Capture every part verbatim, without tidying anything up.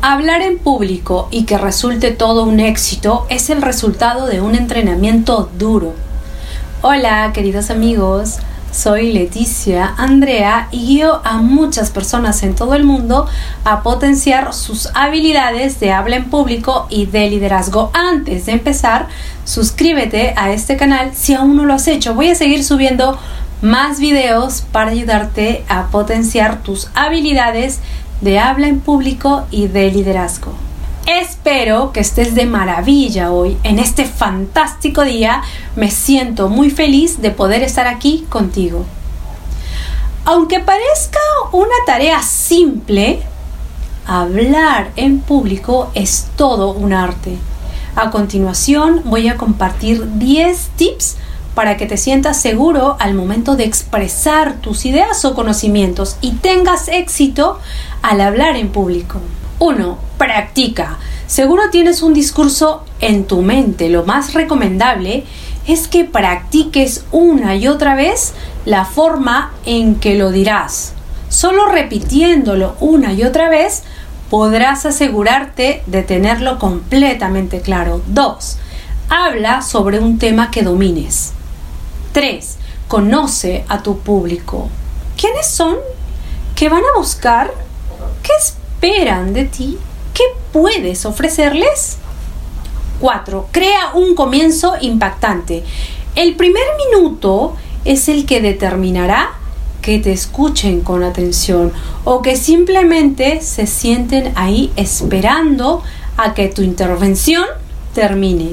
Hablar en público y que resulte todo un éxito es el resultado de un entrenamiento duro. Hola, queridos amigos, soy Leticia Andrea y guío a muchas personas en todo el mundo a potenciar sus habilidades de habla en público y de liderazgo. Antes de empezar, suscríbete a este canal si aún no lo has hecho. Voy a seguir subiendo más videos para ayudarte a potenciar tus habilidades de habla en público y de liderazgo. Espero que estés de maravilla hoy. En este fantástico día me siento muy feliz de poder estar aquí contigo. Aunque parezca una tarea simple, hablar en público es todo un arte. A continuación voy a compartir diez tips para que te sientas seguro al momento de expresar tus ideas o conocimientos y tengas éxito al hablar en público. uno. Practica. Seguro tienes un discurso en tu mente. Lo más recomendable es que practiques una y otra vez la forma en que lo dirás. Solo repitiéndolo una y otra vez podrás asegurarte de tenerlo completamente claro. dos. Habla sobre un tema que domines. tres. Conoce a tu público. ¿Quiénes son? ¿Qué van a buscar? ¿Qué esperan de ti? ¿Qué puedes ofrecerles? cuatro. Crea un comienzo impactante. El primer minuto es el que determinará que te escuchen con atención o que simplemente se sienten ahí esperando a que tu intervención termine.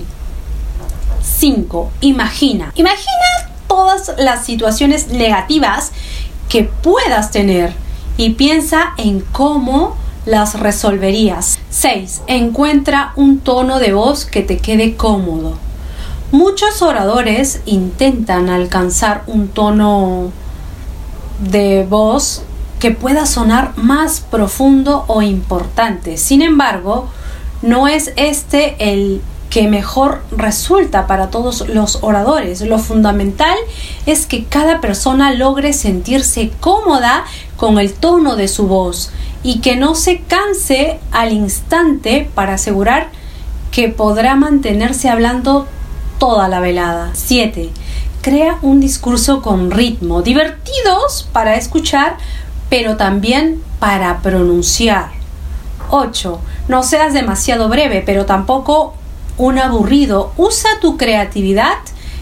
cinco. Imagina. Imagina todas las situaciones negativas que puedas tener y piensa en cómo las resolverías. seis. Encuentra un tono de voz que te quede cómodo. Muchos oradores intentan alcanzar un tono de voz que pueda sonar más profundo o importante. Sin embargo, no es este el que mejor resulta para todos los oradores. Lo fundamental es que cada persona logre sentirse cómoda con el tono de su voz y que no se canse al instante para asegurar que podrá mantenerse hablando toda la velada. siete. Crea un discurso con ritmo, divertidos para escuchar, pero también para pronunciar. ocho. No seas demasiado breve, pero tampoco un aburrido. Usa tu creatividad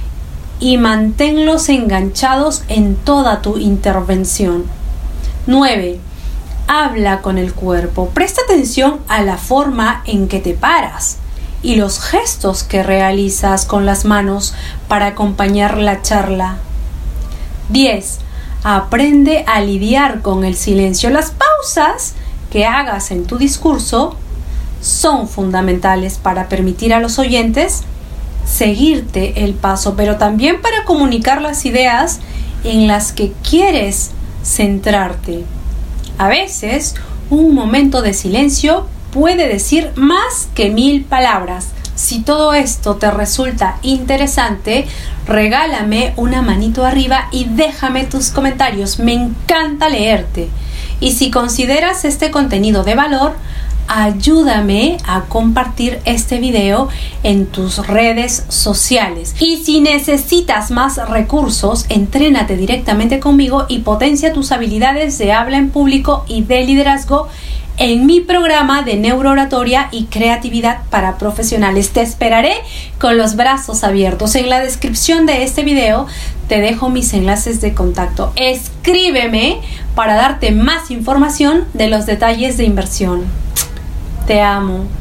y manténlos enganchados en toda tu intervención. nueve. Habla con el cuerpo. Presta atención a la forma en que te paras y los gestos que realizas con las manos para acompañar la charla. diez. Aprende a lidiar con el silencio. Las pausas que hagas en tu discurso son fundamentales para permitir a los oyentes seguirte el paso, pero también para comunicar las ideas en las que quieres centrarte. A veces, un momento de silencio puede decir más que mil palabras. Si todo esto te resulta interesante, regálame una manito arriba y déjame tus comentarios. Me encanta leerte. Y si consideras este contenido de valor, ayúdame a compartir este video en tus redes sociales. Y si necesitas más recursos, entrénate directamente conmigo y potencia tus habilidades de habla en público y de liderazgo en mi programa de neurooratoria y creatividad para profesionales. Te esperaré con los brazos abiertos. En la descripción de este video te dejo mis enlaces de contacto. Escríbeme para darte más información de los detalles de inversión. Te amo.